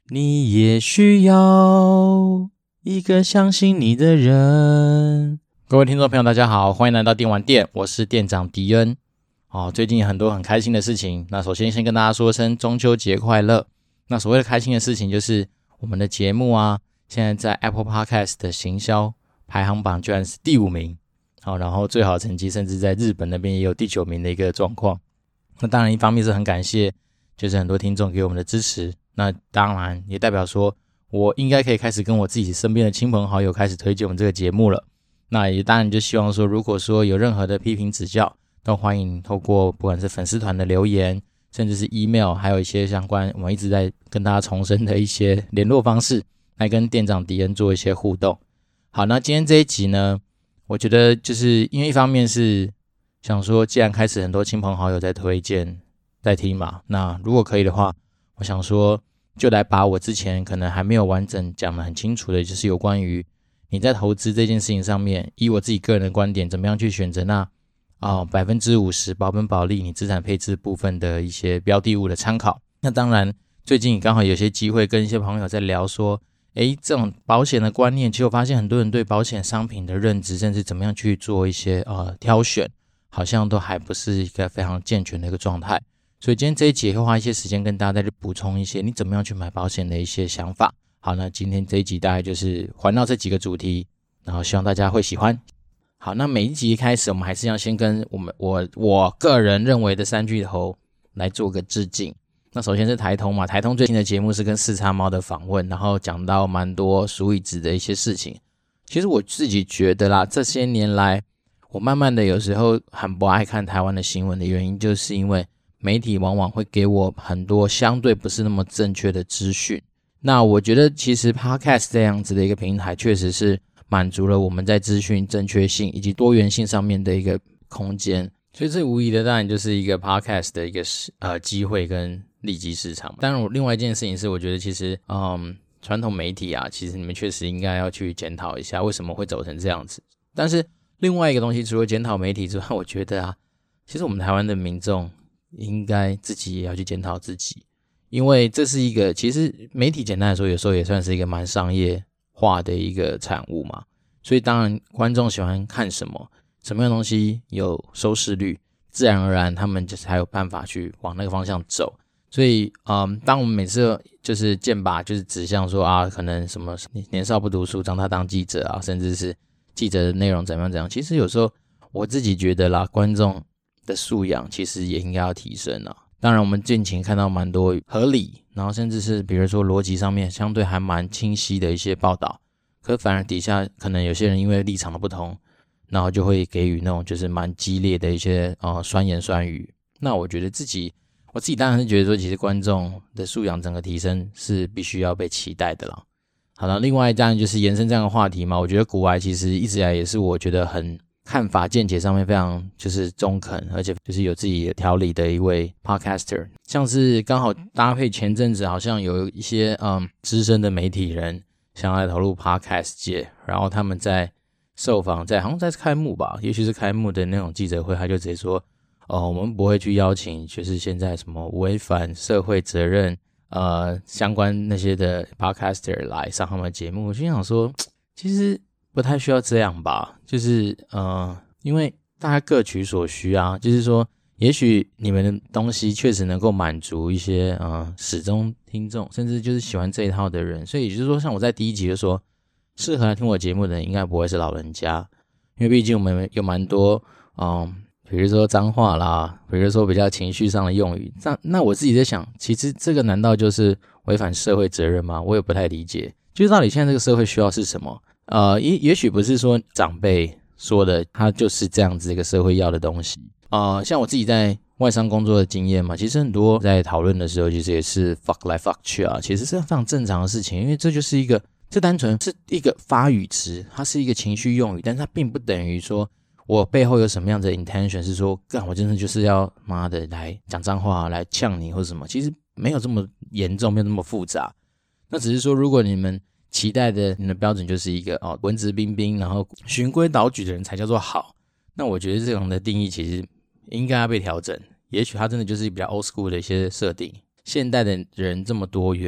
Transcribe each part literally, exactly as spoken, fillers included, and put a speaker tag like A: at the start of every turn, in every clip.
A: 你也需要一个相信你的人。各位听众朋友大家好，欢迎来到电玩店，我是店长迪恩。哦，最近有很多很开心的事情，那首先先跟大家说声中秋节快乐。那所谓的开心的事情就是我们的节目啊，现在在 Apple Podcast 的行销排行榜居然是第五名，好，然后最好的成绩甚至在日本那边也有第九名的一个状况。那当然一方面是很感谢就是很多听众给我们的支持，那当然也代表说我应该可以开始跟我自己身边的亲朋好友开始推荐我们这个节目了。那也当然就希望说如果说有任何的批评指教，都欢迎透过不管是粉丝团的留言，甚至是 email， 还有一些相关我们一直在跟大家重申的一些联络方式，来跟店长迪恩做一些互动。好，那今天这一集呢，我觉得就是因为一方面是想说既然开始很多亲朋好友在推荐在听嘛，那如果可以的话，我想说就来把我之前可能还没有完整讲得很清楚的，就是有关于你在投资这件事情上面，以我自己个人的观点怎么样去选择那哦 百分之五十 保本保利你资产配置部分的一些标的物的参考。那当然最近刚好有些机会跟一些朋友在聊说诶，这种保险的观念，其实我发现很多人对保险商品的认知，甚至怎么样去做一些呃挑选，好像都还不是一个非常健全的一个状态。所以今天这一集会花一些时间跟大家再去补充一些你怎么样去买保险的一些想法。好，那今天这一集大概就是环绕这几个主题，然后希望大家会喜欢。好，那每一集一开始我们还是要先跟我们我我个人认为的三巨头来做个致敬。那首先是台通嘛，台通最近的节目是跟四叉猫的访问，然后讲到蛮多属于子的一些事情。其实我自己觉得啦，这些年来我慢慢的有时候很不爱看台湾的新闻的原因，就是因为媒体往往会给我很多相对不是那么正确的资讯。那我觉得其实 Podcast 这样子的一个平台确实是满足了我们在资讯正确性以及多元性上面的一个空间，所以这无疑的当然就是一个 Podcast 的一个呃机会跟利基市场。当然我另外一件事情是我觉得其实嗯传统媒体啊，其实你们确实应该要去检讨一下为什么会走成这样子。但是另外一个东西除了检讨媒体之外，我觉得啊，其实我们台湾的民众应该自己也要去检讨自己，因为这是一个其实媒体简单来说有时候也算是一个蛮商业化的一个产物嘛，所以当然观众喜欢看什么什么样的东西有收视率，自然而然他们就才有办法去往那个方向走。所以嗯，当我们每次就是剑拔就是指向说啊，可能什么年少不读书长大当记者啊，甚至是记者的内容怎样怎样，其实有时候我自己觉得啦，观众的素养其实也应该要提升啊。当然我们近期看到蛮多合理，然后甚至是比如说逻辑上面相对还蛮清晰的一些报道，可反而底下可能有些人因为立场的不同，然后就会给予那种就是蛮激烈的一些呃酸言酸语。那我觉得自己我自己当然是觉得说其实观众的素养整个提升是必须要被期待的啦。好了，另外当然就是延伸这样的话题嘛，我觉得股癌其实一直以来也是我觉得很看法见解上面非常就是中肯，而且就是有自己的条理的一位 podcaster。 像是刚好搭配前阵子好像有一些嗯资深的媒体人想要来投入 podcast 界，然后他们在受访在好像在开幕吧，也许是开幕的那种记者会，他就直接说哦，我们不会去邀请就是现在什么违反社会责任呃相关那些的 podcaster 来上他们的节目。我就想说其实不太需要这样吧，就是呃，因为大家各取所需啊，就是说也许你们的东西确实能够满足一些呃始终听众，甚至就是喜欢这一套的人。所以也就是说像我在第一集就说适合来听我节目的人应该不会是老人家，因为毕竟我们有蛮多嗯，比如说脏话啦，比如说比较情绪上的用语，那那我自己在想其实这个难道就是违反社会责任吗？我也不太理解，就是到底现在这个社会需要是什么。呃，也也许不是说长辈说的，他就是这样子一个社会要的东西。呃，像我自己在外商工作的经验嘛，其实很多在讨论的时候，其实也是 fuck 来 fuck 去啊，其实是非常正常的事情，因为这就是一个，这单纯是一个发语词，它是一个情绪用语，但是它并不等于说我背后有什么样的 intention， 是说干我真的就是要妈的来讲脏话来呛你或者什么，其实没有这么严重，没有这么复杂。那只是说如果你们期待的你的标准就是一个哦文质彬彬然后循规蹈矩的人才叫做好，那我觉得这种的定义其实应该要被调整。也许它真的就是比较 old school 的一些设定，现代的人这么多元，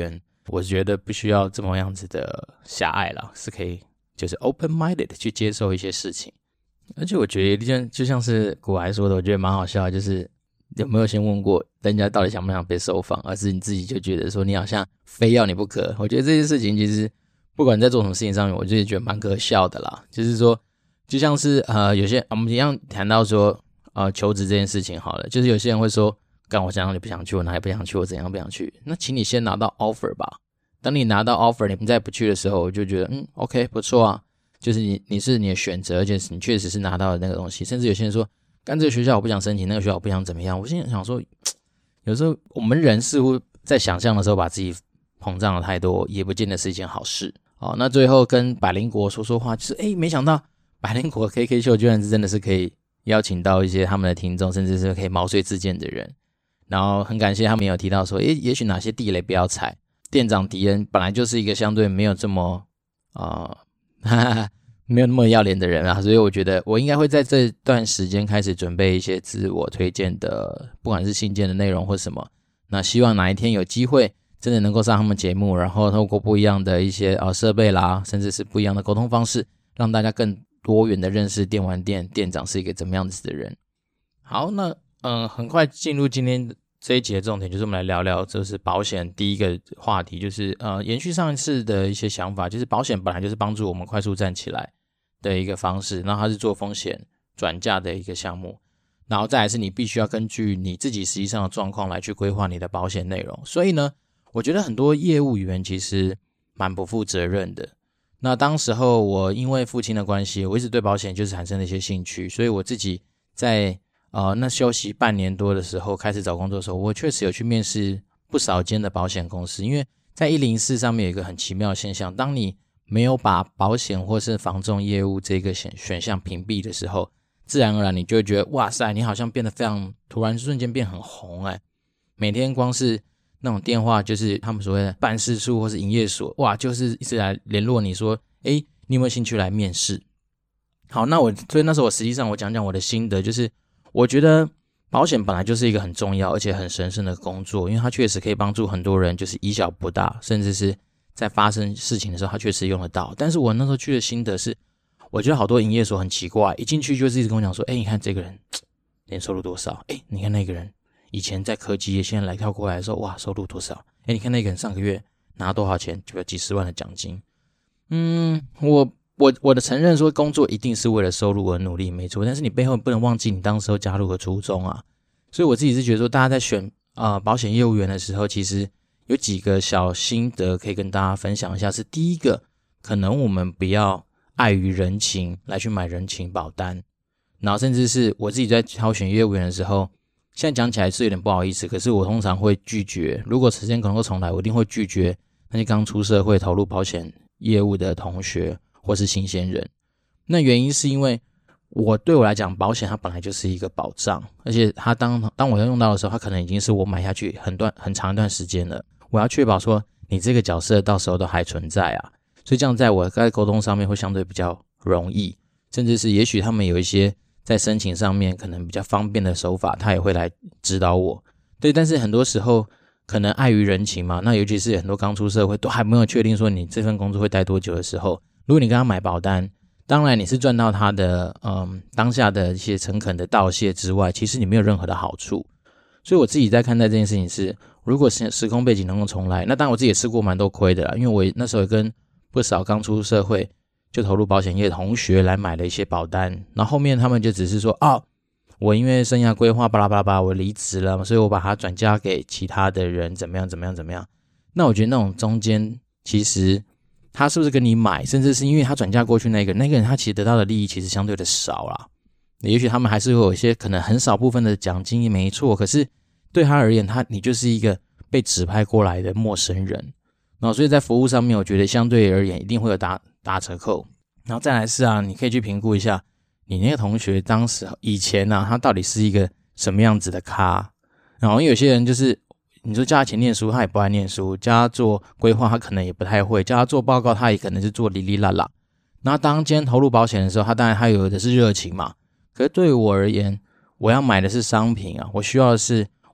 A: 我觉得不需要这么样子的狭隘啦，是可以就是 open-minded 去接受一些事情。而且我觉得就像是古来说的，我觉得蛮好笑的，就是有没有先问过人家到底想不想被受访，而是你自己就觉得说你好像非要你不可。我觉得这件事情其实不管在做什么事情上面，我就觉得蛮可笑的啦。就是说就像是呃有些我们一样谈到说呃求职这件事情好了，就是有些人会说干我想让你不想去，我哪里不想去，我怎样不想去，那请你先拿到 offer 吧。当你拿到 offer 你再不去的时候，我就觉得嗯 OK 不错啊，就是你你是你的选择，而且你确实是拿到了那个东西。甚至有些人说干这个学校我不想申请，那个学校我不想怎么样，我现在想说有时候我们人似乎在想象的时候把自己膨胀了太多，也不见得是一件好事。好，那最后跟百灵国说说话，就是诶没想到百灵国 K K 秀居然是真的是可以邀请到一些他们的听众，甚至是可以毛遂自荐的人。然后很感谢他们有提到说诶也许哪些地雷不要踩。店长迪恩本来就是一个相对没有这么呃哈哈没有那么要脸的人啊，所以我觉得我应该会在这段时间开始准备一些自我推荐的，不管是信件的内容或什么。那希望哪一天有机会真的能够上他们节目，然后透过不一样的一些呃设备啦，甚至是不一样的沟通方式，让大家更多元的认识电玩店店长是一个怎么样子的人。好，那嗯、呃，很快进入今天这一集的重点，就是我们来聊聊就是保险。第一个话题就是呃，延续上一次的一些想法，就是保险本来就是帮助我们快速站起来的一个方式，然后它是做风险转嫁的一个项目，然后再来是你必须要根据你自己实际上的状况来去规划你的保险内容。所以呢，我觉得很多业务员其实蛮不负责任的。那当时候我因为父亲的关系，我一直对保险就是产生了一些兴趣，所以我自己在呃那休息半年多的时候开始找工作的时候，我确实有去面试不少间的保险公司。因为在一零四上面有一个很奇妙的现象，当你没有把保险或是房仲业务这个选选项屏蔽的时候，自然而然你就会觉得哇塞，你好像变得非常突然瞬间变很红哎，每天光是那种电话，就是他们所谓的办事处或是营业所，哇，就是一直来联络你说诶你有没有兴趣来面试。好，那我所以那时候我实际上我讲讲我的心得，就是我觉得保险本来就是一个很重要而且很神圣的工作，因为它确实可以帮助很多人，就是以小博大，甚至是在发生事情的时候它确实用得到。但是我那时候去的心得是，我觉得好多营业所很奇怪，一进去就是一直跟我讲说诶你看这个人年收入多少，诶你看那个人以前在科技业，现在来跳过来的时候哇收入多少，诶你看那个人上个月拿多少钱，就有几十万的奖金。嗯我我我的承认说工作一定是为了收入而努力没错，但是你背后不能忘记你当时候加入的初衷啊。所以我自己是觉得说大家在选呃保险业务员的时候，其实有几个小心得可以跟大家分享一下。是第一个，可能我们不要碍于人情来去买人情保单，然后甚至是我自己在挑选业务员的时候，现在讲起来是有点不好意思，可是我通常会拒绝，如果时间能够重来，我一定会拒绝那些刚出社会投入保险业务的同学或是新鲜人。那原因是因为我对我来讲，保险它本来就是一个保障，而且它当当我要用到的时候，它可能已经是我买下去很段很长一段时间了，我要确保说你这个角色到时候都还存在啊，所以这样在我在沟通上面会相对比较容易，甚至是也许他们有一些在申请上面可能比较方便的手法，他也会来指导我。对，但是很多时候可能碍于人情嘛，那尤其是很多刚出社会都还没有确定说你这份工作会待多久的时候，如果你跟他买保单，当然你是赚到他的嗯当下的一些诚恳的道谢之外，其实你没有任何的好处。所以我自己在看待这件事情是，如果时空背景能够重来，那当然我自己也吃过蛮多亏的啦，因为我那时候也跟不少刚出社会就投入保险业的同学来买了一些保单，然后后面他们就只是说哦，我因为生涯规划巴拉巴拉巴拉我离职了，所以我把它转嫁给其他的人怎么样怎么样怎么样。那我觉得那种中间其实他是不是跟你买，甚至是因为他转嫁过去那个那个人他其实得到的利益其实相对的少啦，也许他们还是会有一些可能很少部分的奖金没错，可是对他而言他你就是一个被指派过来的陌生人，然后所以在服务上面我觉得相对而言一定会有打打折扣。然后再来是啊，你可以去评估一下你那个同学当时以前啊他到底是一个什么样子的咖。然后有些人就是你说叫他钱念书他也不爱念书，叫他做规划他可能也不太会，叫他做报告他也可能是做哩哩啦啦。然后当今天投入保险的时候，他当然他有的是热情嘛，可是对于我而言，我要买的是商品啊，我需要的是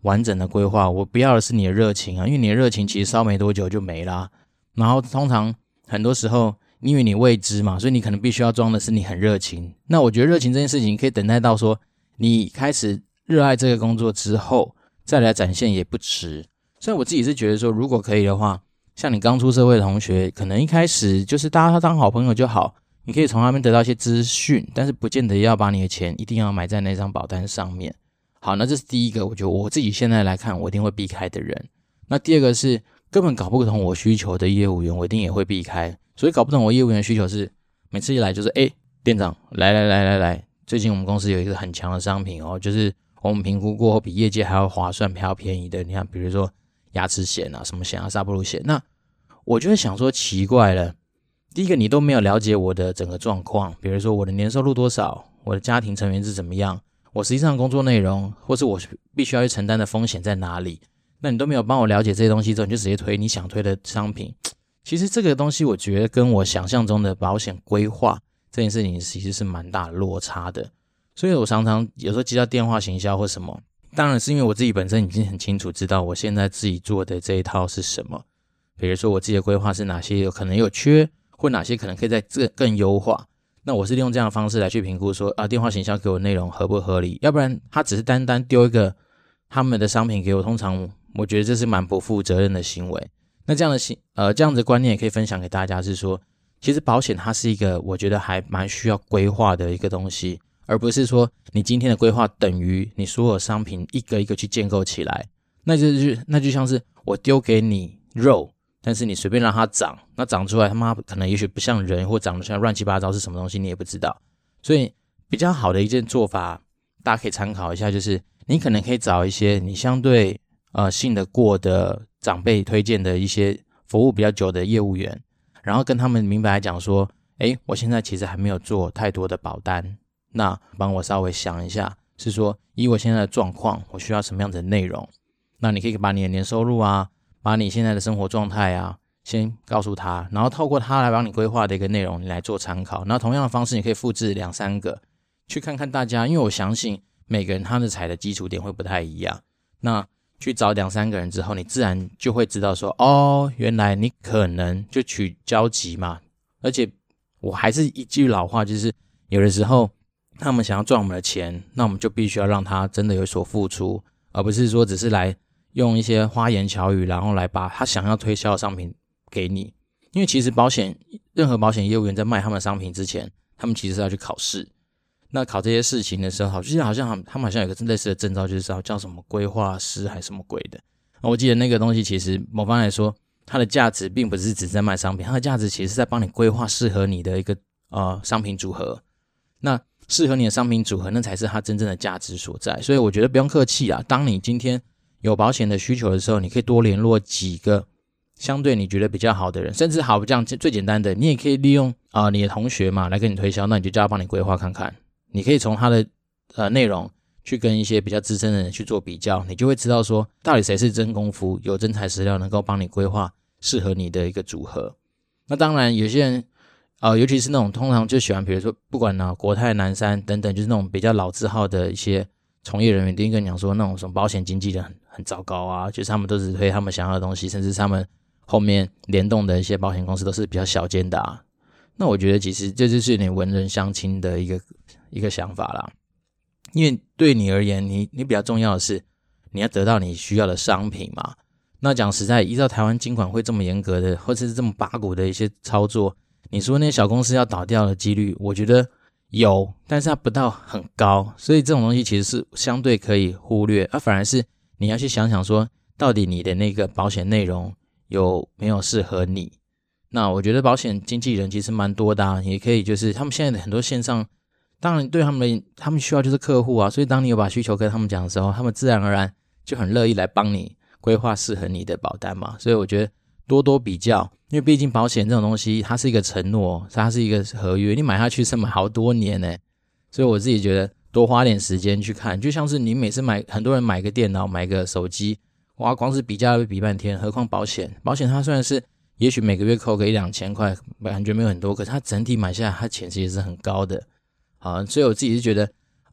A: 完整的规划，我不要的是你的热情啊，因为你的热情其实烧没多久就没啦。然后通常很多时候因为你未知嘛，所以你可能必须要装的是你很热情。那我觉得热情这件事情可以等待到说你开始热爱这个工作之后再来展现也不迟。所以我自己是觉得说，如果可以的话，像你刚出社会的同学，可能一开始就是大家当好朋友就好，你可以从他们得到一些资讯，但是不见得要把你的钱一定要买在那张保单上面。好，那这是第一个，我觉得我自己现在来看我一定会避开的人。那第二个是根本搞不懂我需求的业务员，我一定也会避开。所以搞不懂我业务员的需求是每次一来就是诶店长来来来来来，最近我们公司有一个很强的商品哦，就是我们评估过后比业界还要划算还要便宜的，你看比如说牙齿险啊什么险啊沙布鲁险。那我就会想说奇怪了，第一个你都没有了解我的整个状况，比如说我的年收入多少，我的家庭成员是怎么样，我实际上的工作内容或是我必须要去承担的风险在哪里，那你都没有帮我了解这些东西之后，你就直接推你想推的商品。其实这个东西我觉得跟我想象中的保险规划这件事情其实是蛮大的落差的。所以我常常有时候接到电话行销或什么，当然是因为我自己本身已经很清楚知道我现在自己做的这一套是什么，比如说我自己的规划是哪些有可能有缺，或哪些可能可以再更优化。那我是利用这样的方式来去评估说啊，电话行销给我内容合不合理，要不然他只是单单丢一个他们的商品给我，通常我觉得这是蛮不负责任的行为。那这样的呃这样的观念也可以分享给大家，是说其实保险它是一个我觉得还蛮需要规划的一个东西，而不是说你今天的规划等于你所有商品一个一个去建构起来。那就那就像是我丢给你肉，但是你随便让它长，那长出来他妈可能也许不像人，或长得像乱七八糟是什么东西你也不知道。所以比较好的一件做法大家可以参考一下，就是你可能可以找一些你相对呃信得过的长辈推荐的一些服务比较久的业务员，然后跟他们明白来讲说，诶我现在其实还没有做太多的保单，那帮我稍微想一下，是说以我现在的状况我需要什么样的内容。那你可以把你的年收入啊，把你现在的生活状态啊先告诉他，然后透过他来帮你规划的一个内容你来做参考。那同样的方式你可以复制两三个去看看大家，因为我相信每个人他的踩的基础点会不太一样，那去找两三个人之后，你自然就会知道说，哦，原来你可能就取交集嘛。而且我还是一句老话，就是有的时候他们想要赚我们的钱，那我们就必须要让他真的有所付出，而不是说只是来用一些花言巧语，然后来把他想要推销的商品给你。因为其实保险任何保险业务员在卖他们的商品之前，他们其实是要去考试。那考这些事情的时候，就是好像他们好像有个类似的证照，就是叫什么规划师还是什么鬼的。我记得那个东西其实某方来说，它的价值并不是只在卖商品，它的价值其实是在帮你规划适合你的一个呃商品组合。那适合你的商品组合，那才是它真正的价值所在。所以我觉得不用客气啊，当你今天有保险的需求的时候，你可以多联络几个相对你觉得比较好的人，甚至好这样最简单的，你也可以利用啊、呃、你的同学嘛来跟你推销，那你就叫他帮你规划看看。你可以从他的呃内容去跟一些比较资深的人去做比较，你就会知道说到底谁是真功夫，有真材实料能够帮你规划适合你的一个组合。那当然有些人呃，尤其是那种通常就喜欢比如说不管呢、啊、国泰南山等等，就是那种比较老字号的一些从业人员，一定跟你讲说那种什么保险经纪人很很糟糕啊，就是他们都只推他们想要的东西，甚至他们后面联动的一些保险公司都是比较小间的啊。那我觉得其实这就是你文人相亲的一个一个想法啦。因为对你而言，你你比较重要的是你要得到你需要的商品嘛。那讲实在，依照台湾金管会这么严格的，或者是这么八股的一些操作，你说那些小公司要倒掉的几率，我觉得有，但是它不到很高，所以这种东西其实是相对可以忽略，啊，反而是你要去想想说，到底你的那个保险内容有没有适合你。那我觉得保险经纪人其实蛮多的啊，也可以就是他们现在的很多线上，当然对他们的他们需要就是客户啊，所以当你有把需求跟他们讲的时候，他们自然而然就很乐意来帮你规划适合你的保单嘛。所以我觉得多多比较，因为毕竟保险这种东西它是一个承诺，它是一个合约，你买下去是买好多年耶，所以我自己觉得多花点时间去看，就像是你每次买，很多人买个电脑买个手机，哇，光是比价会比半天，何况保险。保险它虽然是也许每个月扣个一两千块，感觉没有很多，可是它整体买下来它钱其实是很高的。好，所以我自己是觉得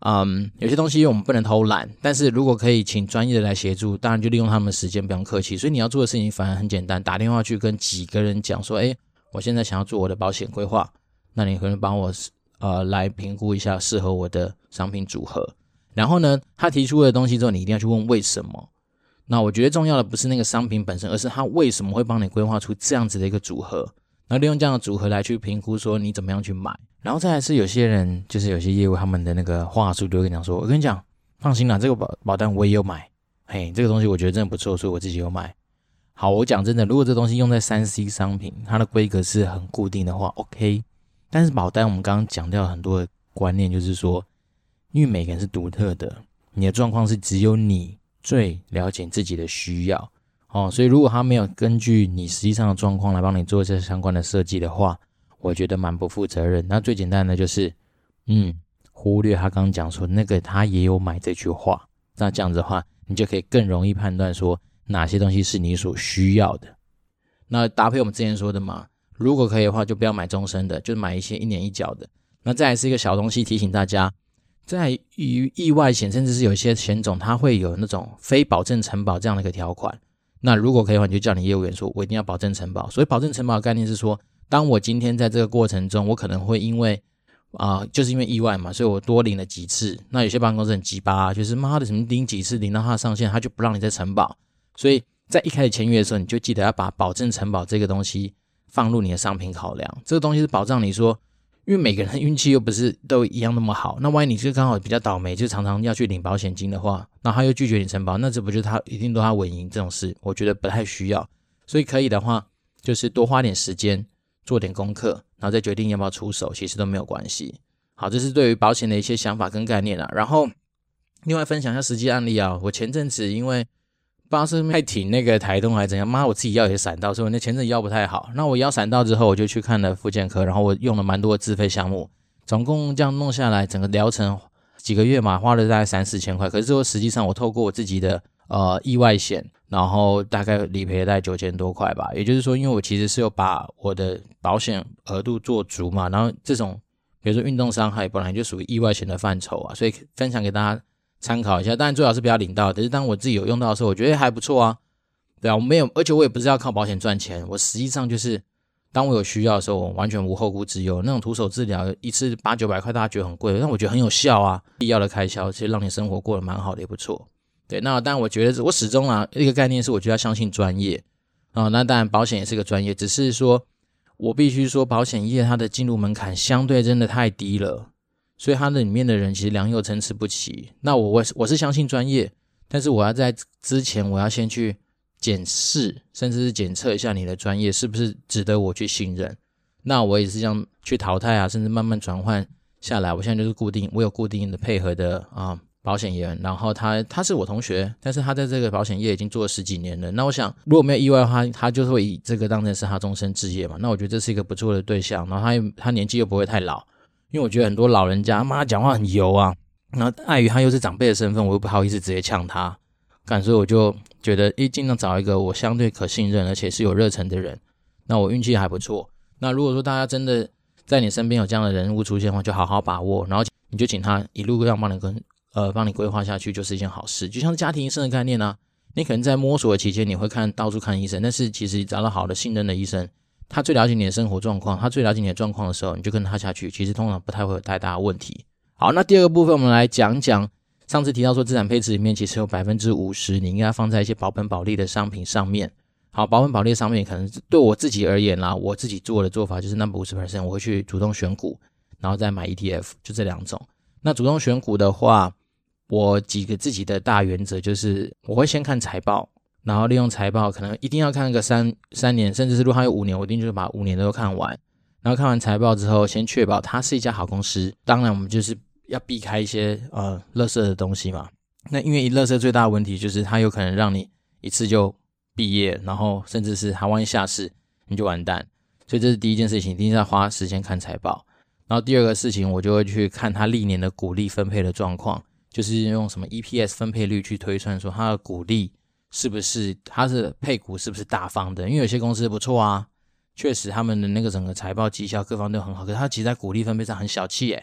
A: 嗯，有些东西我们不能偷懒，但是如果可以请专业的来协助，当然就利用他们的时间，不用客气。所以你要做的事情反而很简单，打电话去跟几个人讲说，诶，我现在想要做我的保险规划，那你可能帮我呃来评估一下适合我的商品组合。然后呢，他提出的东西之后，你一定要去问为什么。那我觉得重要的不是那个商品本身，而是他为什么会帮你规划出这样子的一个组合，然后利用这样的组合来去评估说你怎么样去买。然后再来是有些人，就是有些业务他们的那个话术就会跟你讲说，我跟你讲，放心啦，这个 保, 保单我也有买，嘿，这个东西我觉得真的不错，所以我自己有买。好，我讲真的，如果这东西用在 三 C 商品，它的规格是很固定的话 OK， 但是保单我们刚刚讲掉很多的观念，就是说因为每个人是独特的，你的状况是只有你最了解自己的需要哦，所以如果他没有根据你实际上的状况来帮你做这相关的设计的话，我觉得蛮不负责任。那最简单的就是嗯，忽略他刚刚讲说那个他也有买这句话，那这样子的话你就可以更容易判断说哪些东西是你所需要的。那搭配我们之前说的嘛，如果可以的话就不要买终身的，就买一些一年一缴的。那再来是一个小东西提醒大家，在于意外险甚至是有一些险种它会有那种非保证承保这样的一个条款，那如果可以的话你就叫你业务员说我一定要保证承保。所以保证承保的概念是说，当我今天在这个过程中我可能会因为啊、呃，就是因为意外嘛，所以我多领了几次，那有些保险公司很鸡巴、啊、就是妈的什么领几次领到它的上限他就不让你再承保，所以在一开始签约的时候你就记得要把保证承保这个东西放入你的商品考量。这个东西是保障你说，因为每个人运气又不是都一样那么好，那万一你是刚好比较倒霉，就常常要去领保险金的话，那他又拒绝你承保，那这不就是他一定都他稳赢这种事，我觉得不太需要。所以可以的话就是多花点时间做点功课，然后再决定要不要出手，其实都没有关系。好，这是对于保险的一些想法跟概念啦。然后另外分享一下实际案例啊，我前阵子因为不知道是太挺那个台东还是怎样，妈我自己腰也闪到，所以我那前阵子腰不太好。那我腰闪到之后我就去看了复健科，然后我用了蛮多的自费项目，总共这样弄下来整个疗程几个月嘛，花了大概三四千块。可是我实际上我透过我自己的呃意外险，然后大概理赔了大概九千多块吧。也就是说因为我其实是有把我的保险额度做足嘛，然后这种比如说运动伤害本来就属于意外险的范畴啊，所以分享给大家参考一下。当然最好是不要领到，但是当我自己有用到的时候我觉得还不错啊。对啊，我没有，而且我也不是要靠保险赚钱，我实际上就是当我有需要的时候我完全无后顾之忧。那种徒手治疗一次八九百块大家觉得很贵，但我觉得很有效啊，必要的开销其实让你生活过得蛮好的也不错。对，那当然我觉得我始终啊一个概念是我觉得要相信专业啊、哦，那当然保险也是个专业，只是说我必须说保险业它的进入门槛相对真的太低了，所以它的里面的人其实良莠参差不齐。那我我是相信专业，但是我要在之前我要先去检视甚至是检测一下你的专业是不是值得我去信任。那我也是这样去淘汰啊，甚至慢慢转换下来。我现在就是固定，我有固定的配合的啊保险员，然后他他是我同学，但是他在这个保险业已经做了十几年了。那我想如果没有意外的话，他就会以这个当成是他终身志业嘛。那我觉得这是一个不错的对象，然后他他年纪又不会太老，因为我觉得很多老人家妈讲话很油啊，然后碍于他又是长辈的身份，我又不好意思直接呛他，干，所以我就觉得诶尽量找一个我相对可信任而且是有热忱的人。那我运气还不错，那如果说大家真的在你身边有这样的人物出现的话，就好好把握，然后你就请他一路让帮你跟呃帮你规划下去，就是一件好事。就像家庭医生的概念啊，你可能在摸索的期间你会看到处看医生，但是其实找到好的信任的医生，他最了解你的生活状况，他最了解你的状况的时候，你就跟他下去，其实通常不太会有太大的问题。好，那第二个部分我们来讲讲上次提到说资产配置里面其实有 百分之五十 你应该放在一些保本保利的商品上面。好，保本保利的商品可能对我自己而言啦，我自己做的做法就是那 百分之五十 我会去主动选股，然后再买 E T F， 就这两种。那主动选股的话，我几个自己的大原则就是我会先看财报，然后利用财报可能一定要看个三三年，甚至是如果它有五年，我一定就是把五年都看完。然后看完财报之后，先确保它是一家好公司。当然我们就是要避开一些呃垃圾的东西嘛。那因为垃圾最大的问题就是它有可能让你一次就毕业，然后甚至是它万一下市你就完蛋。所以这是第一件事情，一定要花时间看财报。然后第二个事情我就会去看它历年的股利分配的状况，就是用什么 E P S 分配率去推算说它的股利是不是它的配股是不是大方的。因为有些公司不错啊，确实他们的那个整个财报绩效各方都很好，可是它其实在股利分配上很小气耶。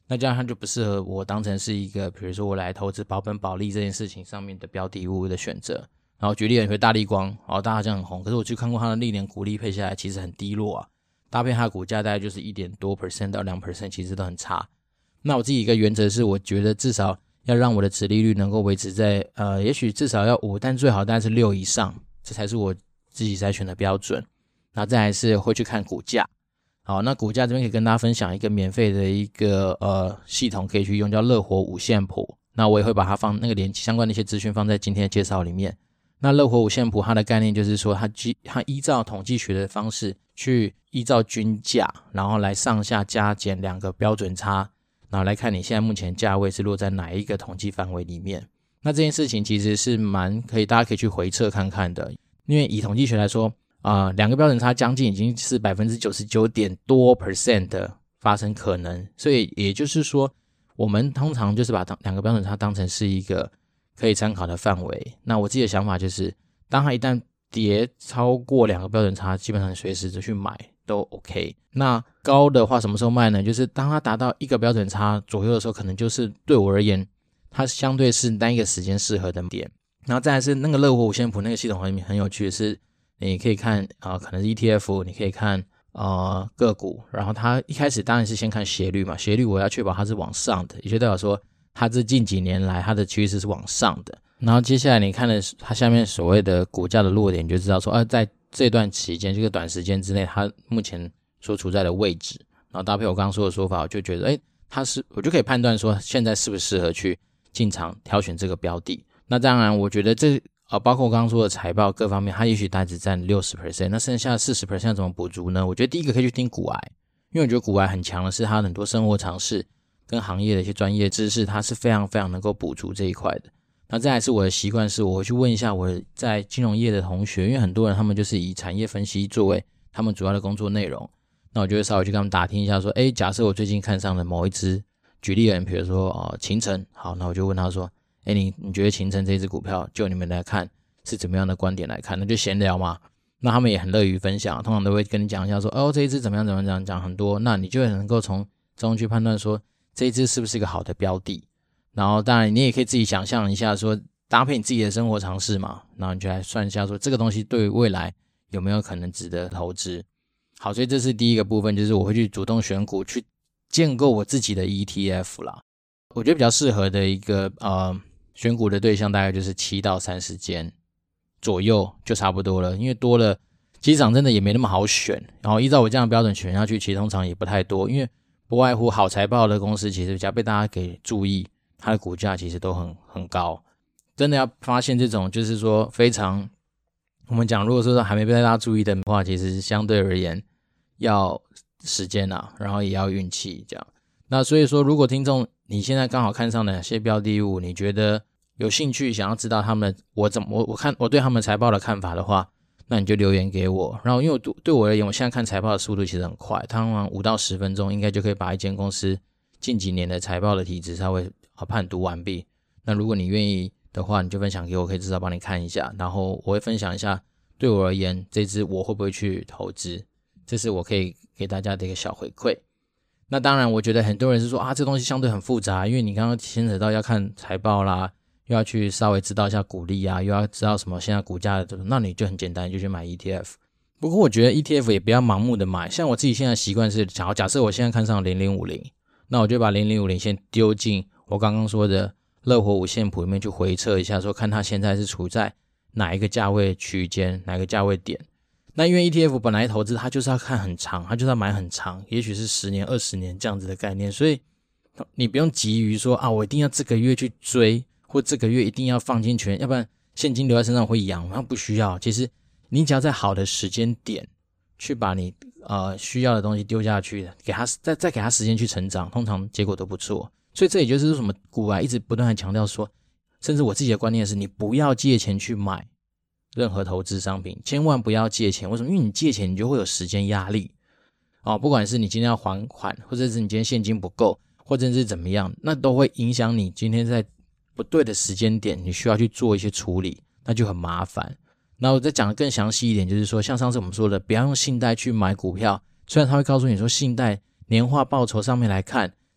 A: 那这样它就不适合我当成是一个比如说我来投资保本保利这件事情上面的标的物的选择。然后举例，你会大立光，哦，大家这样很红，可是我去看过它的历年股利配下来其实很低落啊，搭配它的股价大概就是一点多 percent 到 百分之二 其实都很差。那我自己一个原则是，我觉得至少要让我的殖利率能够维持在呃，也许至少要五，但最好大概是六以上，这才是我自己筛选的标准。然后再来是会去看股价。好，那股价这边可以跟大家分享一个免费的一个呃系统可以去用，叫乐活五线谱。那我也会把它放那个连相关的一些资讯放在今天的介绍里面。那乐活五线谱它的概念就是说，它它依照统计学的方式去依照均价，然后来上下加减两个标准差，然后来看你现在目前价位是落在哪一个统计范围里面。那这件事情其实是蛮可以，大家可以去回测看看的，因为以统计学来说啊、呃，两个标准差将近已经是 百分之九十九 点多 percent 的发生可能，所以也就是说我们通常就是把两个标准差当成是一个可以参考的范围。那我自己的想法就是，当它一旦跌超过两个标准差，基本上随时就去买都 OK。那高的话什么时候卖呢？就是当它达到一个标准差左右的时候，可能就是对我而言它相对是那一个时间适合的点。然后再来是那个乐活五线谱那个系统很很有趣的是，你可以看啊、呃，可能是 E T F， 你可以看呃个股，然后它一开始当然是先看斜率嘛，斜率我要确保它是往上的，也就代表说它这近几年来它的趋势是往上的。然后接下来你看的它下面所谓的股价的落点，你就知道说啊，在这段期间这个短时间之内它目前所处在的位置，然后搭配我刚刚说的说法，我就觉得诶它是我就可以判断说现在是不是适合去进场挑选这个标的。那当然我觉得这呃，包括我刚刚说的财报各方面，它也许大概只占 百分之六十， 那剩下 百分之四十 怎么补足呢？我觉得第一个可以去听股癌，因为我觉得股癌很强的是它很多生活常识跟行业的一些专业知识，它是非常非常能够补足这一块的。那再来是我的习惯是我会去问一下我在金融业的同学，因为很多人他们就是以产业分析作为他们主要的工作内容，那我就会稍微去跟他们打听一下说，诶，假设我最近看上了某一只，举例人比如说呃勤诚，好，那我就问他说，诶，你你觉得勤诚这只股票就你们来看是怎么样的观点来看？那就闲聊嘛，那他们也很乐于分享，通常都会跟你讲一下说，哦，这一只怎么样怎么样，讲很多，那你就能够从中去判断说这一只是不是一个好的标的。然后当然你也可以自己想象一下说，搭配你自己的生活常识嘛，然后你就来算一下说这个东西对未来有没有可能值得投资。好，所以这是第一个部分，就是我会去主动选股去建构我自己的 E T F 啦。我觉得比较适合的一个呃选股的对象大概就是七到三十间左右就差不多了，因为多了机场真的也没那么好选，然后依照我这样的标准选下去，其实通常也不太多，因为不外乎好财报的公司其实比较被大家给注意，它的股价其实都很很高。真的要发现这种就是说非常我们讲如果说还没被大家注意的话，其实相对而言要时间啊，然后也要运气这样。那所以说如果听众你现在刚好看上哪些标的物，你觉得有兴趣想要知道他们我怎么我我看我对他们财报的看法的话，那你就留言给我。然后因为我对我而言，我现在看财报的速度其实很快，通常五到十分钟应该就可以把一间公司近几年的财报的体质稍微判读完毕。那如果你愿意的话，你就分享给我，可以至少帮你看一下，然后我会分享一下对我而言这支我会不会去投资，这是我可以给大家的一个小回馈。那当然我觉得很多人是说啊，这东西相对很复杂，因为你刚刚牵扯到要看财报啦，又要去稍微知道一下股利啊，又要知道什么现在股价的，那你就很简单，你就去买 E T F。 不过我觉得 E T F 也不要盲目的买，像我自己现在习惯是假假设我现在看上零零五零，那我就把零零五零先丢进我刚刚说的乐活五线谱里面去回测一下，说看它现在是处在哪一个价位区间，哪一个价位点。那因为 E T F 本来投资它就是要看很长，它就是要买很长，也许是十年二十年这样子的概念，所以你不用急于说啊我一定要这个月去追，或这个月一定要放进去，要不然现金留在身上会痒，那不需要。其实你只要在好的时间点去把你呃需要的东西丢下去，给它再再给它时间去成长，通常结果都不错。所以这也就是为什么股癌一直不断的强调说，甚至我自己的观念是你不要借钱去买任何投资商品，千万不要借钱。为什么？因为你借钱你就会有时间压力哦，不管是你今天要还款，或者是你今天现金不够，或者是怎么样，那都会影响你今天在不对的时间点你需要去做一些处理，那就很麻烦。那我再讲得更详细一点，就是说像上次我们说的，不要用信贷去买股票，虽然他会告诉你说信贷年化报酬上面来看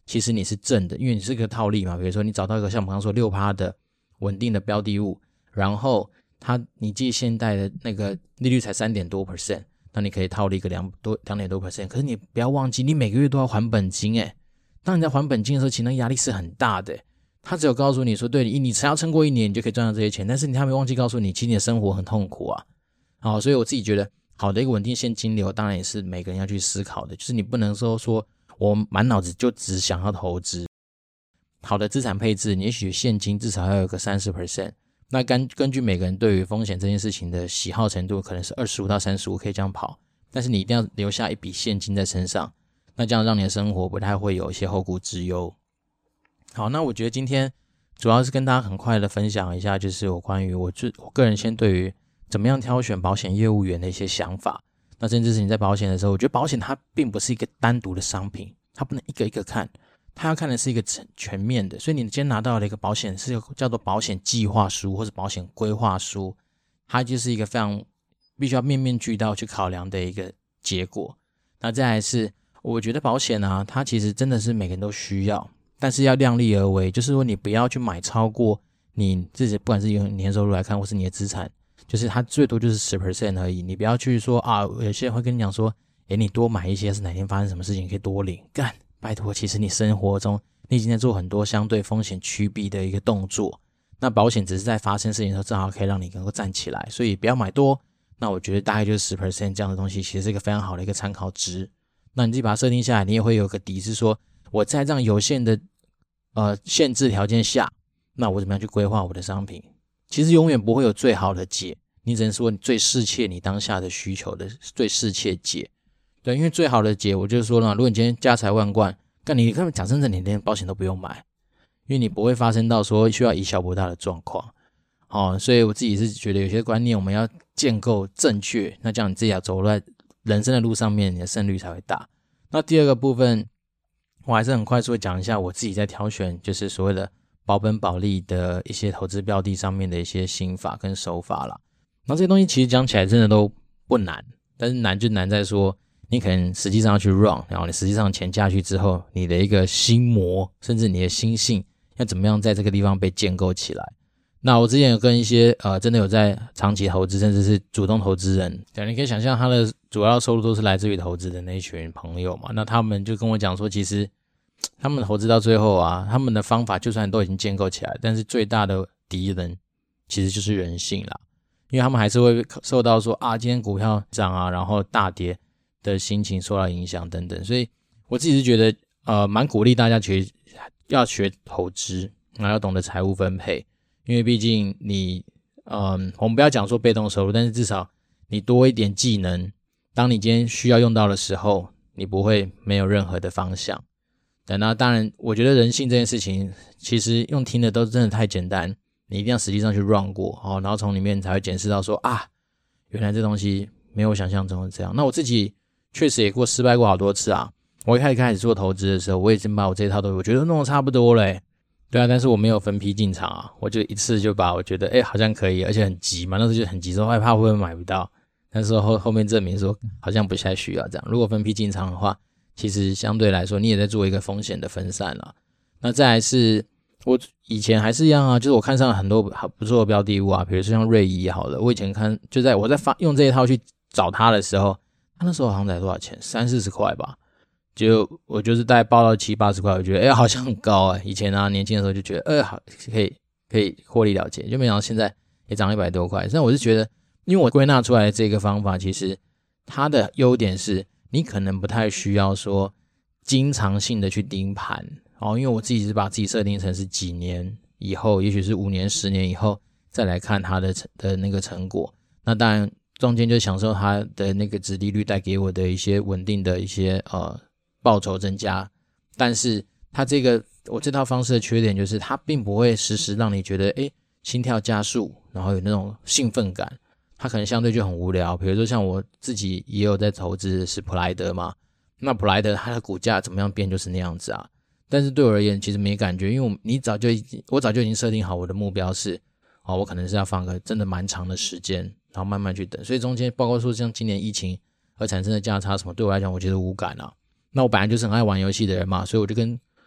A: 其实你是正的，因为你是个套利嘛。比如说你找到一个像我们刚刚说 百分之六 的稳定的标的物，然后它你记现在的那个利率才 百分之三点多，那你可以套利个 两点多 percent。 可是你不要忘记你每个月都要还本金诶。当你在还本金的时候，其实那压力是很大的。他只有告诉你说，对，你你只要撑过一年，你就可以赚到这些钱，但是你还没忘记告诉你，其实你的生活很痛苦啊。好，所以我自己觉得，好的一个稳定现金流，当然也是每个人要去思考的，就是你不能说说我满脑子就只想要投资。好的资产配置，你也许现金至少要有个 百分之三十， 那根根据每个人对于风险这件事情的喜好程度，可能是二十五到三十五可以这样跑，但是你一定要留下一笔现金在身上，那这样让你的生活不太会有一些后顾之忧。好，那我觉得今天主要是跟大家很快的分享一下，就是我关于我我个人先对于怎么样挑选保险业务员的一些想法。那甚至是你在保险的时候，我觉得保险它并不是一个单独的商品，它不能一个一个看，它要看的是一个全面的。所以你今天拿到了一个保险是叫做保险计划书或者保险规划书，它就是一个非常必须要面面俱到去考量的一个结果。那再来是我觉得保险啊，它其实真的是每个人都需要，但是要量力而为，就是说你不要去买超过你自己，不管是用年收入来看或是你的资产，就是它最多就是 百分之十 而已。你不要去说啊，有些人会跟你讲说，诶，你多买一些是哪天发生什么事情可以多领，干，拜托，其实你生活中你已经在做很多相对风险趋避的一个动作，那保险只是在发生事情的时候正好可以让你能够站起来，所以不要买多。那我觉得大概就是 百分之十 这样的东西，其实是一个非常好的一个参考值。那你自己把它设定下来，你也会有个底，是说我在这样有限的呃限制条件下，那我怎么样去规划我的商品。其实永远不会有最好的解，你只能说你最适切你当下的需求的最适切解。对，因为最好的解我就是说呢，如果你今天家财万贯，干你根本讲真的你连保险都不用买，因为你不会发生到说需要以小博大的状况。哦，所以我自己是觉得有些观念我们要建构正确，那这样你自己要走在人生的路上面，你的胜率才会大。那第二个部分我还是很快速的讲一下我自己在挑选就是所谓的保本保利的一些投资标的上面的一些心法跟手法啦。那这些东西其实讲起来真的都不难，但是难就难在说你可能实际上要去 run， 然后你实际上钱下去之后，你的一个心魔甚至你的心性要怎么样在这个地方被建构起来。那我之前有跟一些呃真的有在长期投资甚至是主动投资人，对，你可以想象他的主要收入都是来自于投资的那一群朋友嘛，那他们就跟我讲说，其实他们投资到最后啊，他们的方法就算都已经建构起来，但是最大的敌人其实就是人性啦，因为他们还是会受到说啊今天股票涨啊然后大跌的心情受到影响等等。所以我自己是觉得呃蛮鼓励大家学要学投资，然后要懂得财务分配，因为毕竟你嗯，我们不要讲说被动收入，但是至少你多一点技能，当你今天需要用到的时候，你不会没有任何的方向。对，那当然我觉得人性这件事情其实用听的都真的太简单，你一定要实际上去 run 过、哦、然后从里面才会检视到说啊，原来这东西没有我想象中的这样。那我自己确实也过失败过好多次啊，我一开始开始做投资的时候，我已经把我这一套东西我觉得弄得差不多了、欸、对啊，但是我没有分批进场啊，我就一次就把我觉得诶好像可以，而且很急嘛，那时候就很急，说害怕会不会买不到，但是后后面证明说好像不太需要这样。如果分批进场的话，其实相对来说你也在做一个风险的分散啦。那再来是我以前还是一样啊，就是我看上了很多不错的标的物啊，比如说像瑞仪好了，我以前看就在我在发用这一套去找它的时候，它那时候好像才多少钱，三四十块吧，就我就是大概报到七八十块，我觉得哎好像很高哎、欸，以前啊年轻的时候就觉得哎好可以可以获利了结，就没想到现在也涨一百多块。但我是觉得因为我归纳出来的这个方法，其实它的优点是你可能不太需要说经常性的去盯盘哦，因为我自己是把自己设定成是几年以后，也许是五年十年以后再来看它的的那个成果。那当然中间就享受它的那个殖利率带给我的一些稳定的一些呃报酬增加，但是它这个我这套方式的缺点就是它并不会时时让你觉得诶心跳加速，然后有那种兴奋感，它可能相对就很无聊。比如说像我自己也有在投资的是普莱德嘛，那普莱德它的股价怎么样变就是那样子啊，但是对我而言其实没感觉，因为我你早就已经我早就已经设定好我的目标是哦，我可能是要放个真的蛮长的时间，然后慢慢去等，所以中间包括说像今年疫情而产生的价差什么，对我来讲我觉得无感啊。那我本来就是很爱玩游戏的人嘛，所以我就跟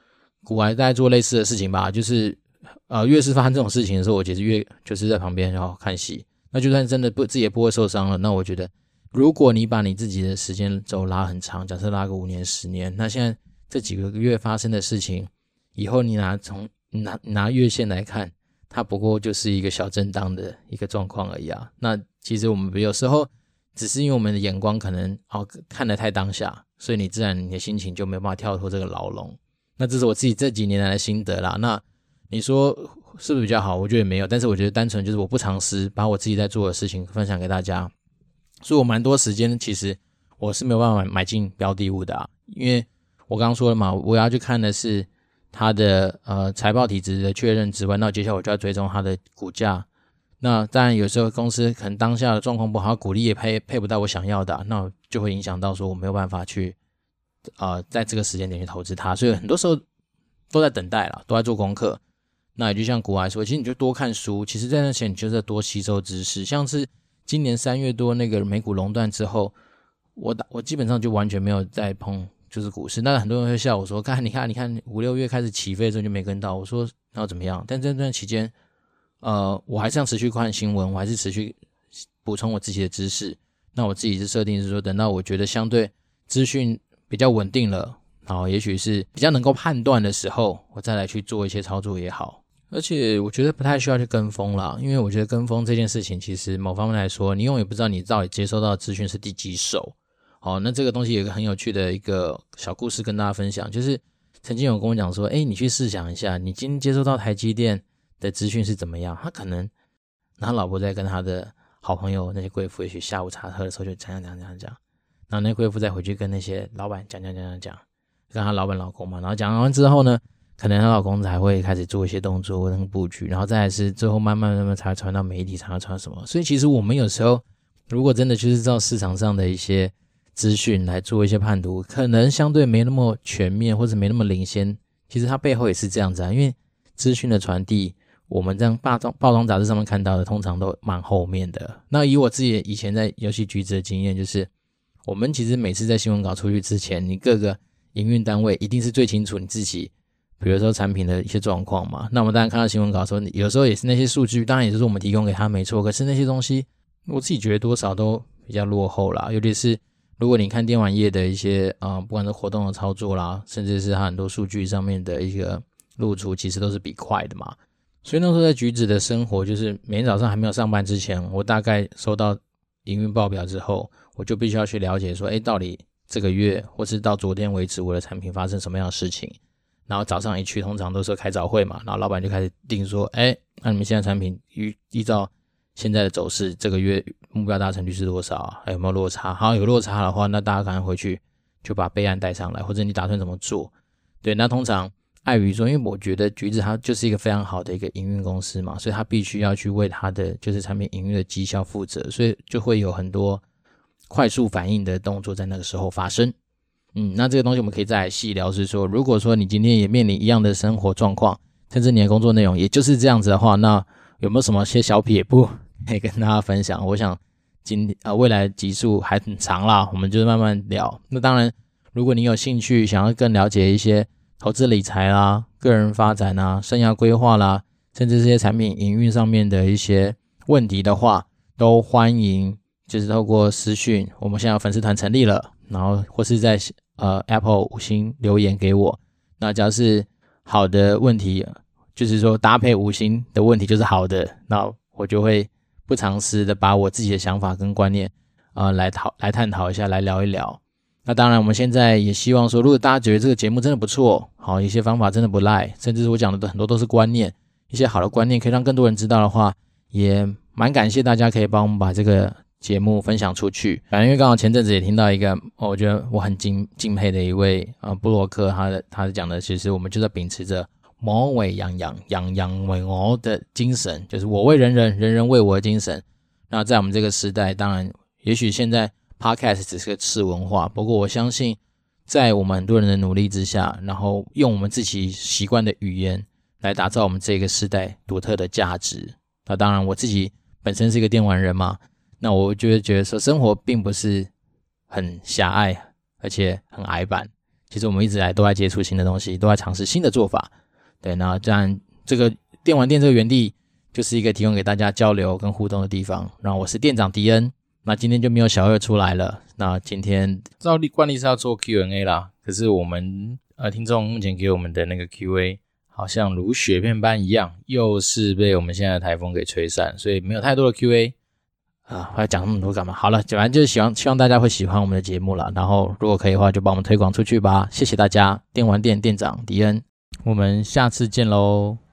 A: 股癌大概做类似的事情吧，就是呃越是发生这种事情的时候，我其实越就是在旁边然后看戏。那就算真的不自己也不会受伤了，那我觉得如果你把你自己的时间轴拉很长，假设拉个五年十年，那现在这几个月发生的事情，以后你拿从拿拿月线来看，它不过就是一个小震荡的一个状况而已啊。那其实我们有时候只是因为我们的眼光可能哦看得太当下，所以你自然你的心情就没有办法跳脱这个牢笼。那这是我自己这几年来的心得啦。那你说是不是比较好？我觉得也没有，但是我觉得单纯就是我不尝试把我自己在做的事情分享给大家，所以我蛮多时间其实我是没有办法 买, 买进标的物的啊，因为我刚刚说了嘛，我要去看的是它的呃财报体质的确认之外，那接下来我就要追踪它的股价。那当然有时候公司可能当下的状况不好，股利也配配不到我想要的啊，那就会影响到说我没有办法去呃在这个时间点去投资它，所以很多时候都在等待啦，都在做功课。那也就像股癌说，其实你就多看书，其实在那前你就是多吸收知识。像是今年三月多那个美股熔断之后，我打我基本上就完全没有再碰就是股市。那很多人会笑我说，看你看你看五六月开始起飞之后就没跟到，我说那要怎么样？但这段期间呃，我还是要持续看新闻，我还是持续补充我自己的知识。那我自己是设定是说，等到我觉得相对资讯比较稳定了，然后也许是比较能够判断的时候，我再来去做一些操作也好。而且我觉得不太需要去跟风啦，因为我觉得跟风这件事情其实某方面来说，你永远不知道你到底接收到的资讯是第几手。好，那这个东西有一个很有趣的一个小故事跟大家分享，就是曾经有跟我讲说，诶，你去试想一下，你今天接收到台积电的资讯是怎么样？他可能他老婆在跟他的好朋友那些贵妇也许下午茶喝的时候就讲讲讲讲讲，然后那贵妇再回去跟那些老板讲讲讲讲讲，跟他老板老公嘛，然后讲完之后呢，可能她老公才会开始做一些动作跟布局，然后再来是最后慢慢慢慢才传到媒体，才会传什么。所以其实我们有时候如果真的就是照市场上的一些资讯来做一些判读，可能相对没那么全面或者没那么领先，其实它背后也是这样子啊。因为资讯的传递，我们这样报章报章杂志上面看到的通常都蛮后面的。那以我自己以前在游戏橘子的经验，就是我们其实每次在新闻稿出去之前，你各个营运单位一定是最清楚你自己比如说产品的一些状况嘛，那我们当然看到新闻稿的时候，有时候也是那些数据当然也就是我们提供给他没错，可是那些东西我自己觉得多少都比较落后啦，尤其是如果你看电玩业的一些呃，不管是活动的操作啦，甚至是它很多数据上面的一个露出，其实都是比快的嘛。所以那时候在橘子的生活，就是每天早上还没有上班之前，我大概收到营运报表之后，我就必须要去了解说，诶，到底这个月或是到昨天为止我的产品发生什么样的事情。然后早上一去通常都是开早会嘛，然后老板就开始定说，诶，那你们现在产品依照现在的走势，这个月目标达成率是多少啊？还有没有落差？好，有落差的话，那大家赶快回去就把备案带上来，或者你打算怎么做？对，那通常碍于说，因为我觉得橘子它就是一个非常好的一个营运公司嘛，所以它必须要去为它的就是产品营运的绩效负责，所以就会有很多快速反应的动作在那个时候发生。嗯，那这个东西我们可以再来细聊，是说如果说你今天也面临一样的生活状况，甚至你的工作内容也就是这样子的话，那有没有什么些小撇步可以跟大家分享？我想今呃未来集数还很长啦，我们就慢慢聊。那当然如果你有兴趣想要更了解一些投资理财啦、个人发展啦、生涯规划啦，甚至这些产品营运上面的一些问题的话，都欢迎就是透过私讯，我们现在有粉丝团成立了，然后或是在呃 Apple 五星留言给我。那只要是好的问题，就是说搭配五星的问题就是好的，那我就会不藏私的把我自己的想法跟观念呃来讨来探讨一下，来聊一聊。那当然我们现在也希望说，如果大家觉得这个节目真的不错，好，一些方法真的不赖，甚至是我讲的很多都是观念，一些好的观念可以让更多人知道的话，也蛮感谢大家可以帮我们把这个节目分享出去。反正因为刚好前阵子也听到一个、哦、我觉得我很敬敬佩的一位呃部落客，他的他讲的其实我们就在秉持着某为养养养养为我的精神，就是我为人人人人为我的精神。那在我们这个时代，当然也许现在 Podcast 只是个次文化，不过我相信在我们很多人的努力之下，然后用我们自己习惯的语言来打造我们这个时代独特的价值。那当然我自己本身是一个电玩人嘛，那我就会觉得说生活并不是很狭隘而且很矮板，其其实我们一直以来都在接触新的东西，都在尝试新的做法。对，那这样这个电玩店这个园地就是一个提供给大家交流跟互动的地方。然后我是店长迪恩，那今天就没有小二出来了。那今天照例惯例是要做 Q and A 啦，可是我们呃听众目前给我们的那个 Q and A 好像如雪片般一样，又是被我们现在的台风给吹散，所以没有太多的 Q and A。啊，我要讲那么多干嘛？好了，反正就是希望希望大家会喜欢我们的节目啦。然后如果可以的话，就帮我们推广出去吧。谢谢大家，电玩店店长迪恩，我们下次见喽。